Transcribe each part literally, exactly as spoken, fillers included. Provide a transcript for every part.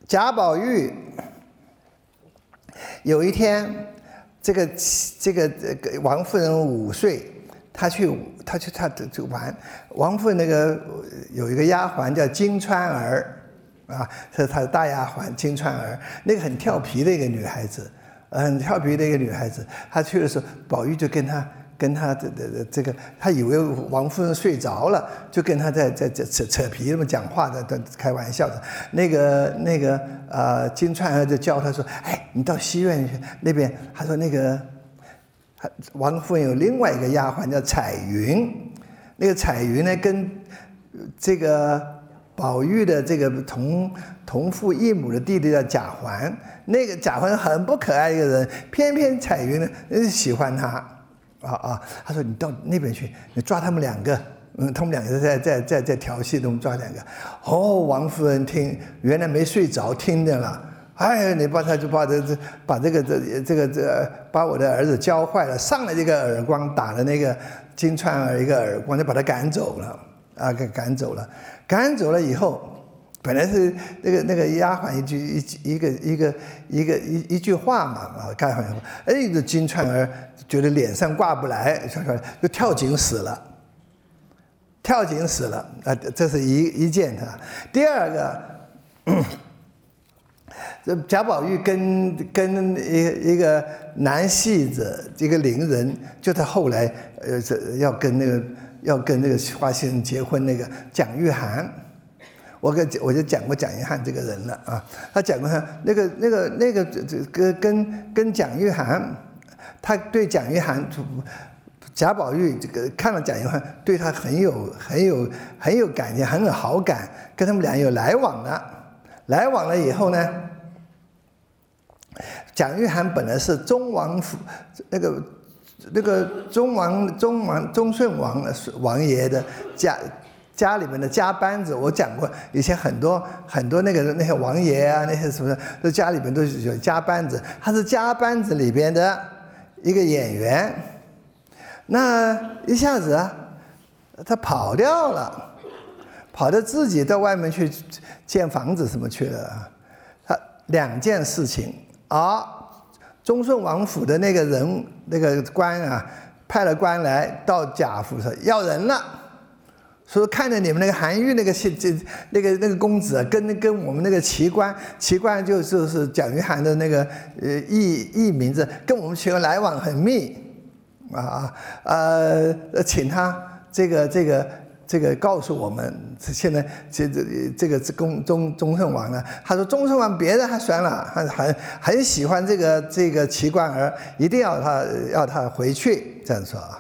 贾宝玉有一天，这个这个这个王夫人五岁，他去他去他就玩。王夫人那个有一个丫鬟叫金钏儿，啊，这是她的大丫鬟金钏儿，那个很调皮的一个女孩子，很调皮的一个女孩子。她去的时候，宝玉就跟她。跟他的的这个，他以为王夫人睡着了，就跟他在在在扯扯皮那么讲话的，的开玩笑的。那个那个呃，金钏儿就教他说：“哎，你到西院去那边。”他说那个王夫人有另外一个丫鬟叫彩云，那个彩云呢跟这个宝玉的这个同同父异母的弟弟叫贾环，那个贾环很不可爱一个人，偏偏彩云呢喜欢他。啊啊！他说：“你到那边去，你抓他们两个。嗯，他们两个在在在在调戏中抓两个。”哦，王夫人听，原来没睡着，听见了。哎，你把他就把这这把这个这这个这把我的儿子教坏了，上来这个耳光打了那个金钏儿一个耳光，就把他赶走了。啊，给赶走了。赶走了以后。本来是那个那个丫鬟一句一一个一个一个一一句话嘛啊，干好以后，哎，这金钏儿觉得脸上挂不来，就跳井死了，跳井死了啊，这是一一件啊。第二个，这贾宝玉跟跟一一个男戏子一个伶人，就他后来呃要跟那个要跟那个花先生结婚那个蒋玉菡。我跟我就讲过蒋玉菡这个人了啊，他讲过他那个那个那个跟跟跟蒋玉菡，他对蒋玉菡，贾宝玉这个看了蒋玉菡，对他很有很有很有感情，很有好感，跟他们俩有来往了。来往了以后呢，蒋玉菡本来是忠王府那个那个忠王忠王忠顺王王爷的家。家里面的家班子，我讲过，以前很多很多那个那些王爷啊，那些什么的，都家里面都有家班子。他是家班子里边的一个演员，那一下子啊，他跑掉了，跑到自己到外面去建房子什么去了。他两件事情啊，忠顺王府的那个人那个官啊，派了官来到贾府说要人了。说看着你们那个韩愈那个这那个那个公子啊，跟跟我们那个奇观，奇观就就是蒋玉菡的那个呃艺艺名字，跟我们奇观来往很密啊呃请他这个这个这个告诉我们，现在这这这个忠忠忠顺王呢，他说忠顺王别的他算了，很很很喜欢这个这个奇观儿，一定要他要他回去，这样说啊。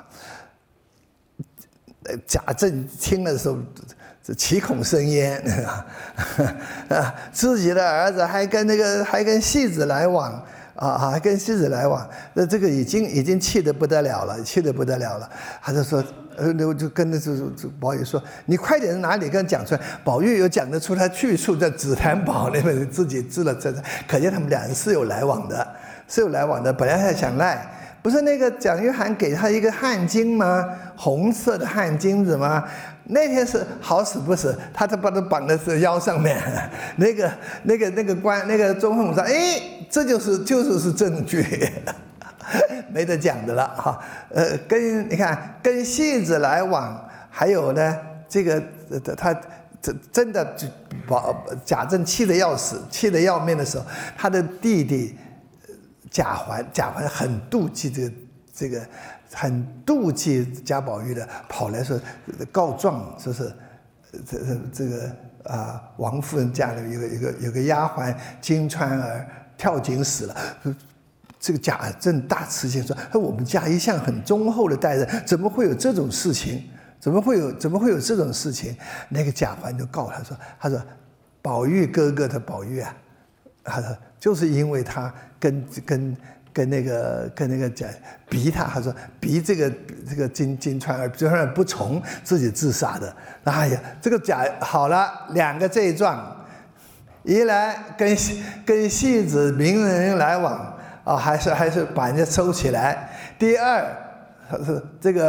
贾政听的时候，七孔生烟啊！自己的儿子还跟那个还跟戏子来往啊，还跟戏子来往，那这个已经已经气得不得了了，气得不得了了。他就说，呃，我就跟那这这宝玉说，你快点哪里跟讲出来。宝玉有讲得出他去处，在紫檀堡那边自己治了这，可见他们两人是有来往的，是有来往的。本来还想赖。不是那个蒋玉菡给他一个汗巾吗？红色的汗巾子吗？那天是好死不死，他就把他绑在腰上面。那个那个那个官那个忠顺说：“哎，这就是就是是证据，没得讲的了哈。”呃，跟你看跟戏子来往，还有呢，这个他真真的把贾政气得要死，气得要命的时候，他的弟弟。贾环，贾环很妒忌这个，这个很妒忌贾宝玉的，跑来说告状，说是这这这个啊、呃，王夫人家里有个有个有个丫鬟金钏儿跳井死了。这个贾政大吃惊，说：“我们家一向很忠厚的待人，怎么会有这种事情？怎么会有怎么会有这种事情？”那个贾环就告他说：“他说宝玉哥哥的宝玉啊，他说就是因为他。”跟跟跟那个跟那个讲逼他，他说逼这个这个金金钏儿，金钏儿不从，自己自杀的。哎呀，这个假好了，两个罪状，一来跟跟戏子名人来往啊，还是还是把人家收起来；第二，是这个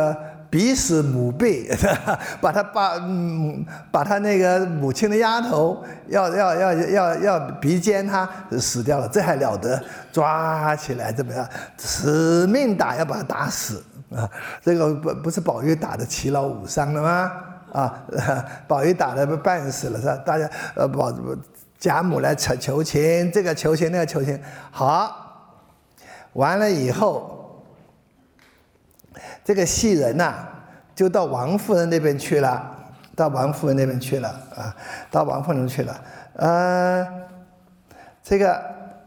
逼死母辈，把他把嗯把他那个母亲的丫头要要要要要逼奸他，死掉了，这还了得？抓起来怎么样？死命打，要把他打死啊！这个不不是宝玉打的其劳五伤了吗？啊，宝玉打的半死了是吧？大家呃宝贾母来求求情，这个求情那个求情，好，完了以后，这个戏人呐、啊，就到王夫人那边去了，到王夫人那边去了啊，到王夫人去了，呃，这个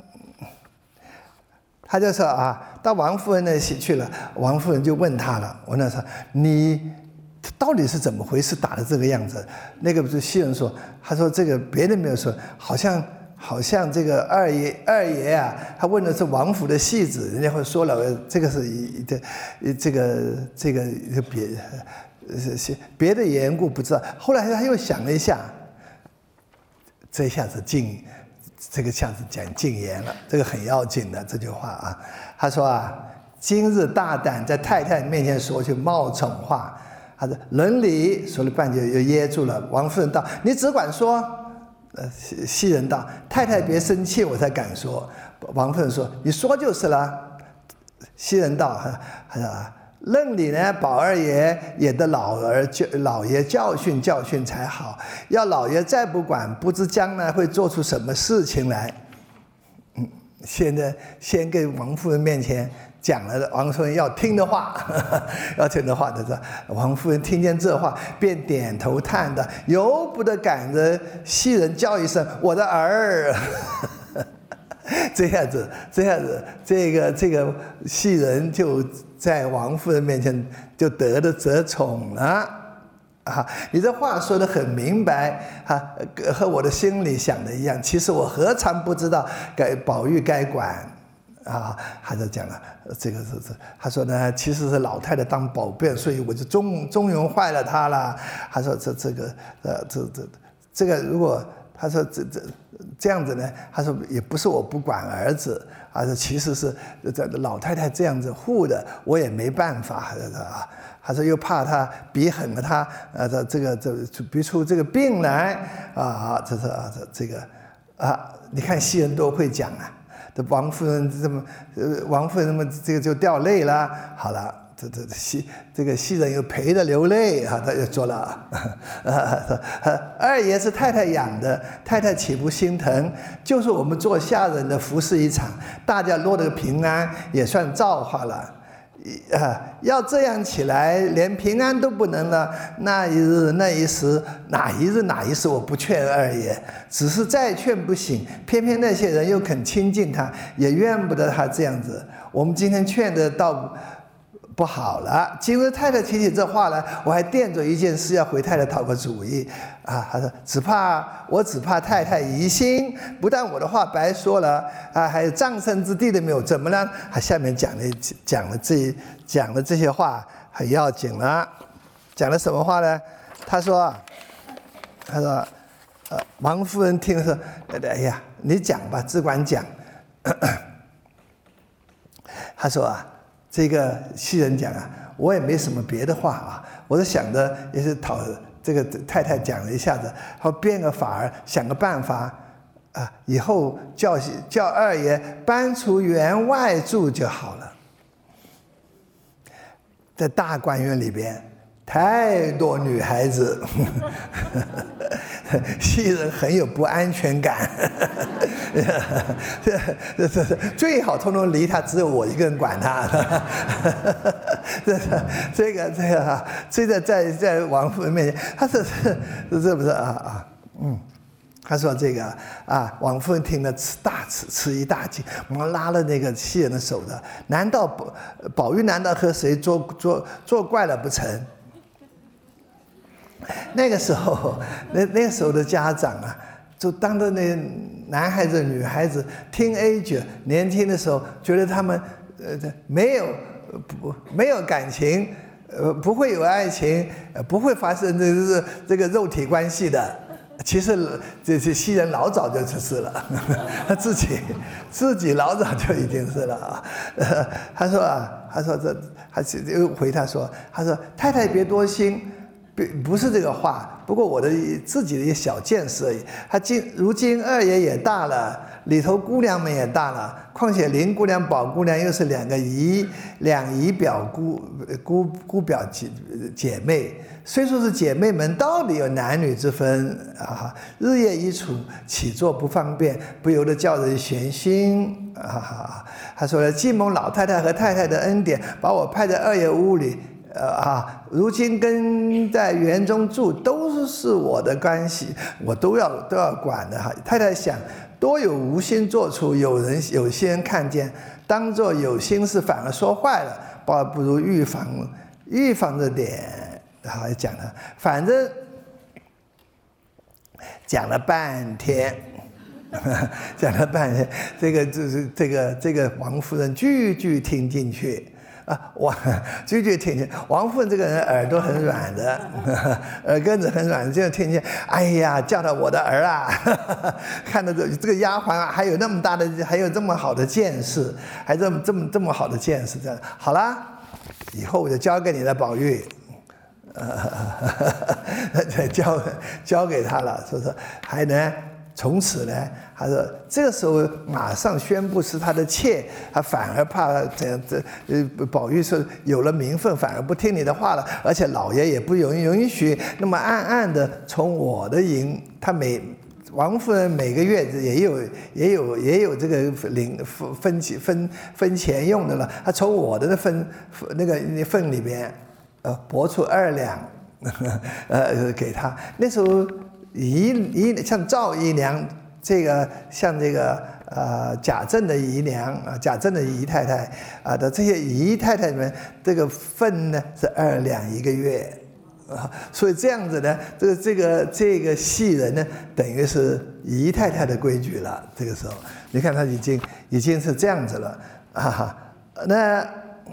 他就说啊，到王夫人那里去了，王夫人就问他了，我那说你到底是怎么回事，打的这个样子？那个不是戏人说，他说这个别人没有说，好像好像这个二爷二爷啊，他问的是王府的戏子，人家会说了，这个是一这这个这个别是别的缘故不知道。后来他又想了一下，这下子进这个下子讲禁言了，这个很要紧的这句话啊。他说啊，今日大胆在太太面前说句冒宠话。他说伦理说了半句又噎住了。王夫人道：“你只管说。”呃，袭人道：“太太别生气，我才敢说。”王夫人说：“你说就是了。”袭人道：“他说论理呢，宝二爷也得老儿教老爷教训教训才好。要老爷再不管，不知将来会做出什么事情来。”嗯，现在先跟王夫人面前讲了王夫人要听的话，要听的话的时候，王夫人听见这话，便点头叹道：“由不得赶着袭人叫一声我的儿。”这样子，这样子，这个这个袭人就在王夫人面前就得了得宠了。啊，你这话说得很明白啊，和我的心里想的一样。其实我何尝不知道该宝玉该管。啊，他就讲了，这个是是，他说呢，其实是老太太当宝贝，所以我就纵纵容坏了她了。他说这这个呃这这这个如果他说这这这样子呢，他说也不是我不管儿子，他说其实是这老太太这样子护的，我也没办法啊。他说又怕他逼狠了他，呃这这个这逼出这个病来啊，这是啊这这个啊，你看戏人多会讲啊。这王夫人这么，呃，王夫人这么这个就掉泪了。好了，这这戏这个戏人又陪着流泪啊，他就说了，啊，二爷是太太养的，太太岂不心疼？就是我们做下人的服侍一场，大家落得个平安，也算造化了。啊，要这样起来，连平安都不能了。那一日那一时，哪一日哪一时，我不劝二爷，只是再劝不醒，偏偏那些人又肯亲近他，也怨不得他这样子。我们今天劝的倒不好了。今日太太提起这话来，我还惦着一件事要回太太讨个主意啊。他说只怕我只怕太太疑心，不但我的话白说了啊，还有葬身之地都没有。怎么呢？他下面讲了讲了这讲了这些话很要紧了。讲了什么话呢？他说他说呃，王夫人听说，哎呀，你讲吧，只管讲。他说啊，这个袭人讲啊，我也没什么别的话啊，我是想着也是讨这个太太讲了一下子，后变个法儿，想个办法啊，以后叫叫二爷搬出园外住就好了。在大观园里边，太多女孩子，袭人很有不安全感。这这最好通通离他，只有我一个人管他。这这个这个啊，这个在在王夫人面前，他是是不是啊啊嗯。他说这个啊，王夫人听了吃大吃吃一大惊，我拉了那个袭人的手的，难道宝宝玉难道和谁作作作怪了不成？那个时候，那那个时候的家长啊，就当着那男孩子、女孩子 teenager 年轻的时候，觉得他们呃没有不没有感情，呃不会有爱情，呃不会发生这个这个肉体关系的。 其实这这西人老早就是了，他自己自己老早就已经是了啊。呃、他说啊，他说这，他又回他说，他说太太别多心，不是这个话，不过我的自己的一个小见识而已。他今如今二爷也大了，里头姑娘们也大了，况且林姑娘、宝姑娘又是两个姨两姨表姑姑姑表姐姐妹。虽说是姐妹们，到底有男女之分啊！日夜一处，起坐不方便，不由得叫人悬心啊！他说了，既蒙老太太和太太的恩典，把我派在二爷屋里，呃啊，如今跟在园中住，都是我的关系，我都要都要管的哈。太太想，多有无心做出，有人有些人看见，当作有心事，反而说坏了，倒不如预防预防着点。好，讲了，反正讲了半天，讲了半天，这个就是这个这个王夫人句句听进去啊，王句句听进。王夫人这个人耳朵很软的，耳根子很软，就听见，哎呀，叫到我的儿啊，看到这这个丫鬟还有那么大的，还有这么好的见识，还这么这么这么好的见识，这样好啦，以后我就交给你了，宝玉。呃，交交给他了，说是还能从此呢？他说这个时候马上宣布是他的妾，他反而怕这样这呃，宝玉说有了名分，反而不听你的话了，而且老爷也不允允许那么暗暗的从我的银，他每王夫人每个月也有也有也有这个领分分分分钱用的了，他从我的分那个份里边。呃，拨出二两，呃，给他。那时候姨姨像赵姨娘，这个像这个呃贾政的姨娘啊，贾政的姨太太啊的这些姨太太们，这个份呢是二两一个月啊，所以这样子呢，这个这个这个戏人呢，等于是姨太太的规矩了。这个时候，你看他已经已经是这样子了啊，那。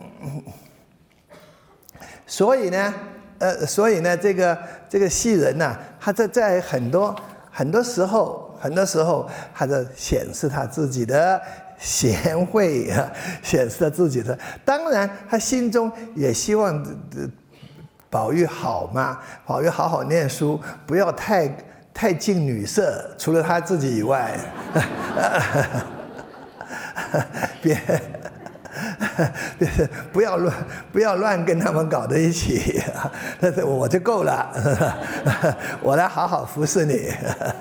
所以呢，呃，所以呢，这个这个戏人呐、啊，他在在很多很多时候，很多时候，他在显示他自己的贤惠啊，显示他自己的。当然，他心中也希望呃宝玉好嘛，宝玉好好念书，不要太太近女色，除了他自己以外，别。不要乱，不要乱跟他们搞在一起，但是我就够了，我来好好服侍你。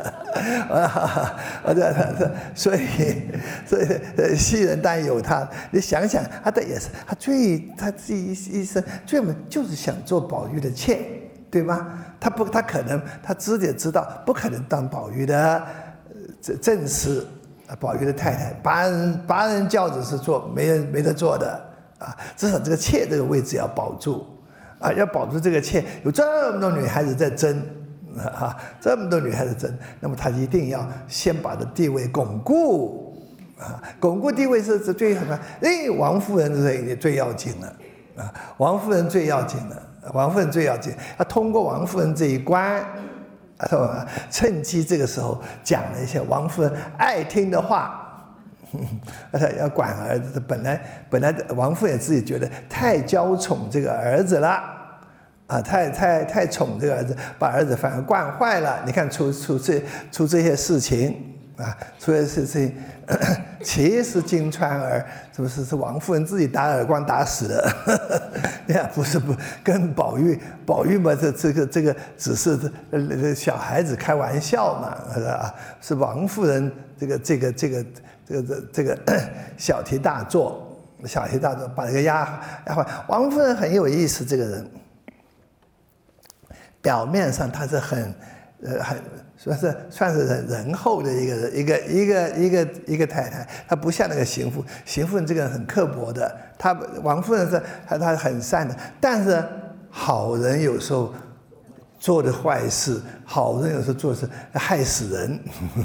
我这，所以，所以戏人当然有他。你想想，他的也是，他最他这一一生最就是想做宝玉的妾，对吗？他不，他可能他自己也知道，不可能当宝玉的正室。宝玉的太太，八人八人轿子是坐，没人没得坐的啊！至少这个妾这个位置要保住啊，要保住这个妾，有这么多女孩子在争啊，这么多女孩子争，那么他一定要先把这地位巩固啊，巩固地位是是最什么？哎，王夫人最最要紧了啊，王夫人最要紧了，王夫人最要紧，要通过王夫人这一关。啊，趁机这个时候讲了一些王夫人爱听的话，要管儿子。本来本来王夫人自己觉得太娇宠这个儿子了，啊，太太太宠这个儿子，把儿子反而惯坏了。你看出出这出这些事情啊，出这些事情，其实金钏儿是不是是王夫人自己打耳光打死的？呀，不是不跟宝玉，宝玉嘛，这这个这个只是呃小孩子开玩笑嘛，是吧？是王夫人这个这个这个这个这个小题大做，小题大做，把这个丫丫鬟王夫人很有意思，这个人表面上她是很呃很。算是算是仁仁厚的一个一个一个一个一个太太，她不像那个邢夫，邢夫人这个人很刻薄的，她王夫人是她她很善的，但是好人有时候做的坏事，好人有时候做的是害死人，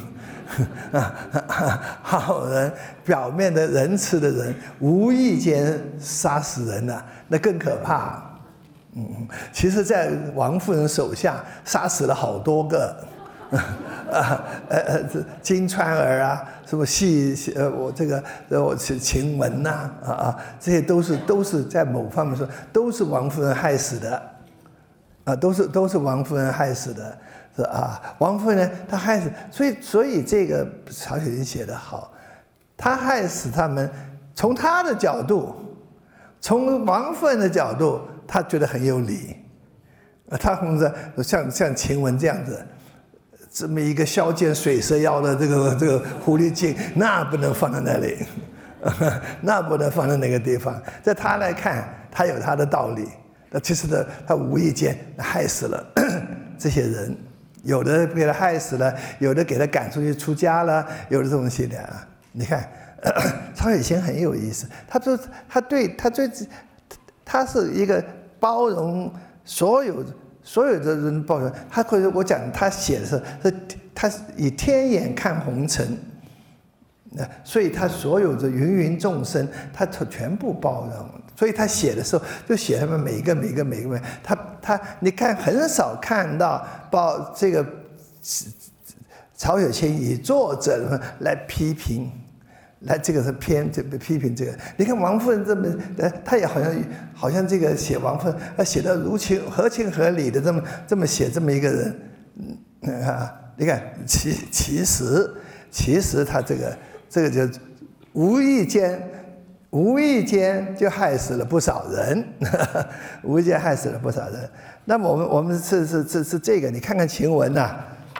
好人表面的仁慈的人，无意间杀死人了、啊，那更可怕。嗯，其实，在王夫人手下杀死了好多个。 啊呃呃，金钏儿啊，什么戏呃我这个呃我是晴雯呐啊啊，这些都是都是在某方面说都是王夫人害死的，啊都是都是王夫人害死的，是啊王夫人她害死，所以所以这个曹雪芹写得好，她害死他们，从她的角度，从王夫人的角度，她觉得很有理。他红着像像晴雯这样子，这么一个削尖水蛇腰的这个这个狐狸精，那不能放在那里，那不能放在那个地方。在他来看，他有他的道理。那其实呢，他无意间害死了这些人，有的给他害死了，有的给他赶出去出家了，有的这种系列啊。你看，曹雪芹很有意思，他说他对他对他是一个包容所有。所有的人包容他，或者我讲他写的是，是他以天眼看红尘，所以他所有的芸芸众生，他全部包容。所以他写的时候就写他们每一个每一个每一个，他他你看很少看到报这个曹雪芹以作者来批评。来，这个是偏这个批评这个。你看王夫人这么，呃，他也好像好像这个写王夫人，他写的如情合情合理的这么这么写这么一个人，嗯啊，你看其其实其实他这个这个就无意间无意间就害死了不少人，呵呵无意间害死了不少人。那么我们我们是是是是这个，你看看晴雯呐，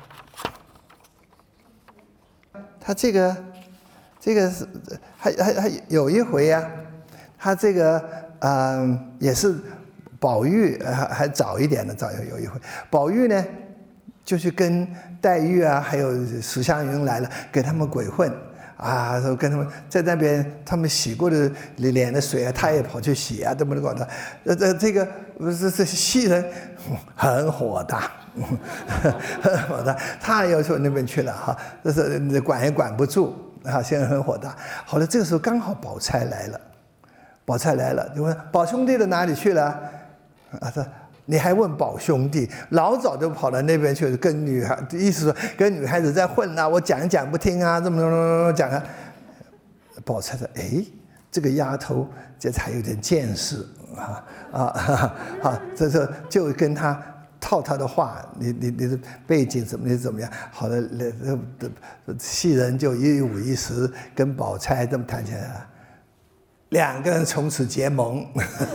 他这个。这个是还还还有一回啊，他这个嗯、呃、也是宝玉还还早一点的，早有有一回，宝玉呢就去跟黛玉啊，还有史湘云来了，给他们鬼混啊，说跟他们在那边他们洗过的脸的水啊，他也跑去洗啊，这么搞的，呃这这个不是这戏人很火大。很火大，他要求那边去了哈，这是管也管不住。啊，现在很火大。好了，这个时候刚好宝钗来了，宝钗来了，就问宝兄弟到哪里去了？啊，说你还问宝兄弟，老早就跑到那边去，跟女孩，意思说跟女孩子在混啊，我讲讲不听啊，这么么讲啊。宝钗说：“哎，这个丫头这才有点见识啊啊啊！这时候就跟他。”套他的话，你你你的背景怎么你怎么样？好的，戏人就一五一十跟宝钗这么谈起来了，两个人从此结盟，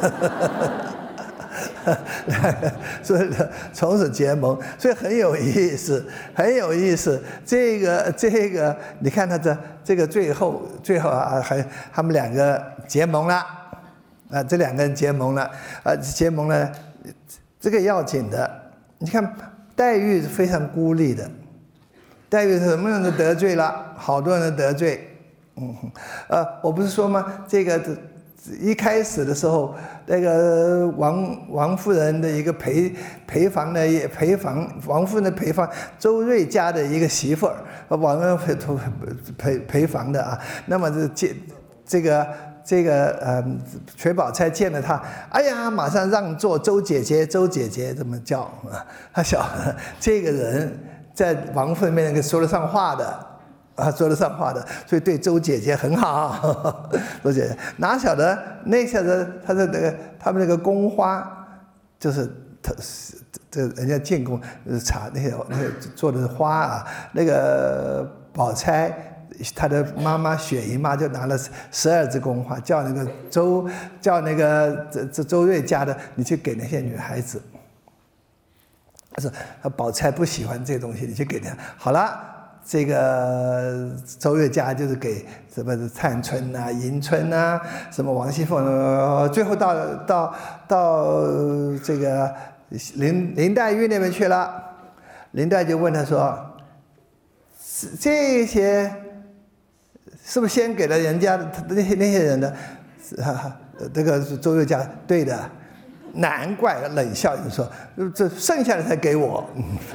所以从此结盟，所以很有意思，很有意思。这个这个，你看他这这个最后最后啊，还他们两个结盟了啊，这两个人结盟了啊，结盟了。这个要紧的，你看黛玉是非常孤立的，黛玉什么人都得罪了，好多人都得罪。嗯，呃，我不是说吗？这个一开始的时候，那个王王夫人的一个陪陪房的陪房，王夫人的陪房，周瑞家的一个媳妇儿，王夫人陪陪陪房的啊。那么这这这个。这个呃，薛宝钗见了他，哎呀，马上让座，周姐姐，周姐姐这么叫啊。他晓得这个人在王夫人面前说得上话的啊，说得上话的，所以对周姐姐很好。周姐姐哪晓得那晓得他的那个他们那个宫花，就是他这人家进宫茶那个那个做的花啊，那个宝钗。他的妈妈雪姨妈就拿了十二支宫花，叫那个周，叫那个这这周瑞家的，你去给那些女孩子。他说，宝钗不喜欢这东西，你去给她。好了，这个周瑞家就是给什么探春啊、迎春啊，什么王熙凤，最后到到到这个林林黛玉那边去了。林黛玉就问他说：“这些。”是不是先给了人家那些那些人的？啊，这个周瑞家对的，难怪冷笑就说，这剩下的才给我。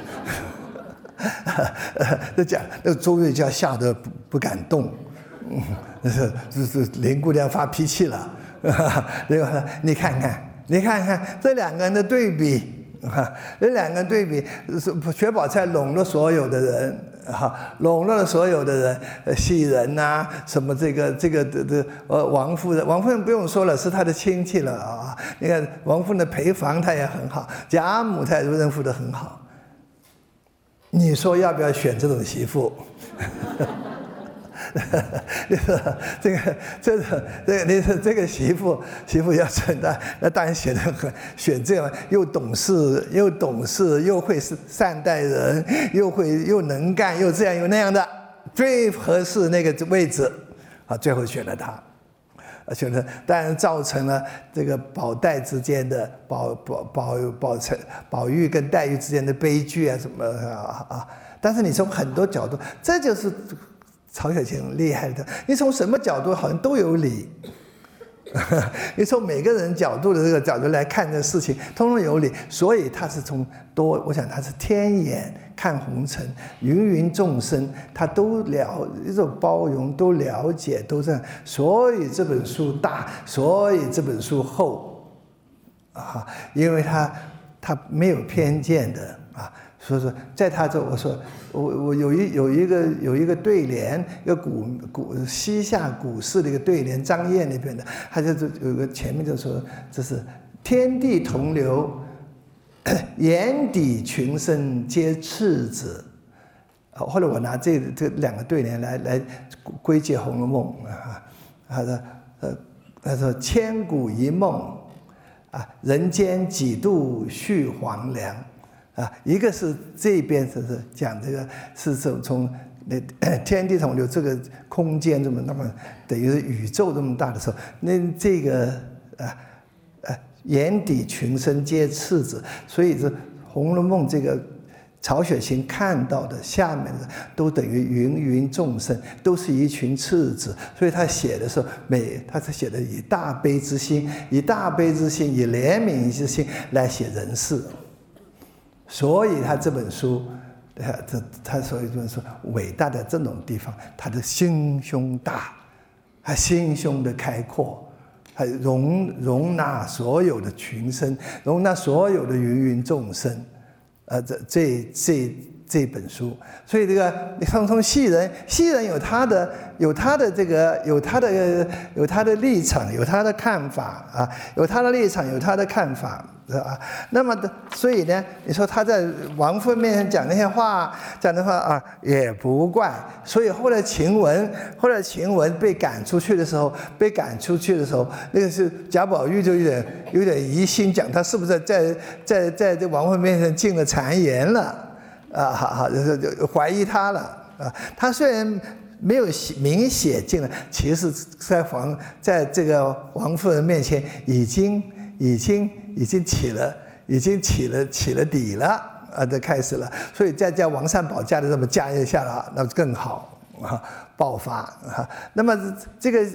就讲那个周瑞家吓得不不敢动，嗯，是是林姑娘发脾气了。那个你看看，你看看这两个人的对比， 啊，这两个人对比，是薛宝钗笼络所有的人，哈，笼络了所有的人，呃，袭人呐，什么这个这个的的呃王夫人，王夫人不用说了，是他的亲戚了啊。你看王夫人的陪房她也很好，贾母她也应付得很好。你说要不要选这种媳妇？这个这个这个你说这个媳妇媳妇要承担，那当然选的很选这样又懂事又懂事又会善待人，又会又能干又这样又那样的，最合适那个位置啊，最后选了他。选了，当然造成了这个宝黛之间的宝宝宝宝钗宝玉跟黛玉之间的悲剧啊什么啊啊！但是你从很多角度，这就是曹雪芹厉害的。你从什么角度好像都有理，你从每个人角度的这个角度来看这个事情，通通有理。所以他是从多，我想他是天眼看红尘，芸芸众生，他都了一种包容，都了解，都这样。所以这本书大，所以这本书厚，啊，因为他他没有偏见的啊。所以说，在他这，我说我我有一有一个有一个对联，一个古古西夏古诗的一个对联，张掖那边的，他就有一个前面就说这是天地同流，眼底群生皆赤子。后来我拿这这两个对联来来归结《红楼梦》啊，他说呃他说千古一梦啊，人间几度续黄粱。啊，一个是这边是是讲这个是从从那天地同流这个空间这么那么等于是宇宙这么大的时候，那这个啊呃眼底群生皆赤子，所以这《红楼梦》这个曹雪芹看到的下面的都等于芸芸众生，都是一群赤子，所以他写的时候每他是写的以大悲之心，以大悲之心，以怜悯之心来写人世。所以他这本书，他他所以就是说伟大的这种地方，他的心胸大，他心胸的开阔，他容容纳所有的群生，容纳所有的芸芸众生，呃，这这这这本书，所以这个你看从戏人，戏人有他的有他的这个有他的有他的立场，有他的看法啊，有他的立场，有他的看法。啊，那么的，所以呢，你说他在王夫人面前讲那些话，讲的话啊，也不怪。所以后来晴雯，后来晴雯被赶出去的时候，被赶出去的时候，那个是贾宝玉就有点有点疑心，讲他是不是在在在这王夫人面前进了谗言了啊？好好，就就怀疑他了啊。他虽然没有明写进了，其实在王在这个王夫人面前已经已经。已经起了，已经起了起了底了啊！这开始了，所以再叫王善保加的这么加一下了，那更好啊，爆发啊！那么这个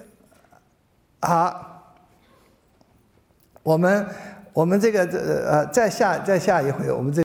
好，我们我们这个呃，再下再下一回，我们这。